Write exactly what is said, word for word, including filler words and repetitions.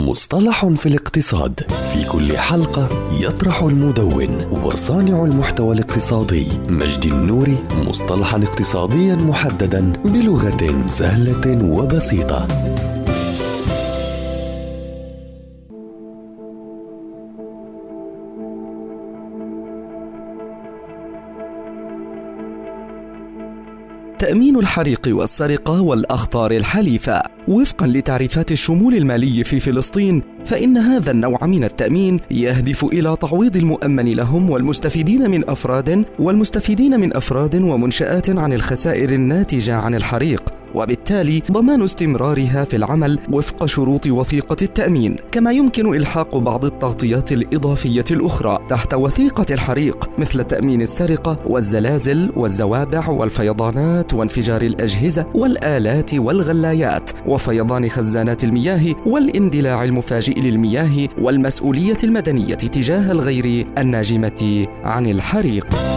مصطلح في الاقتصاد. في كل حلقة يطرح المدون وصانع المحتوى الاقتصادي مجدي النوري مصطلحا اقتصاديا محددا بلغة سهلة وبسيطة. تأمين الحريق والسرقة والأخطار الحليفة. وفقا لتعريفات الشمول المالي في فلسطين، فإن هذا النوع من التأمين يهدف إلى تعويض المؤمن لهم والمستفيدين من أفراد والمستفيدين من أفراد ومنشآت عن الخسائر الناتجة عن الحريق، وبالتالي ضمان استمرارها في العمل وفق شروط وثيقة التأمين. كما يمكن إلحاق بعض التغطيات الإضافية الأخرى تحت وثيقة الحريق، مثل تأمين السرقة والزلازل والزوابع والفيضانات وانفجار الأجهزة والآلات والغلايات وفيضان خزانات المياه والاندلاع المفاجئ للمياه والمسؤولية المدنية تجاه الغير الناجمة عن الحريق.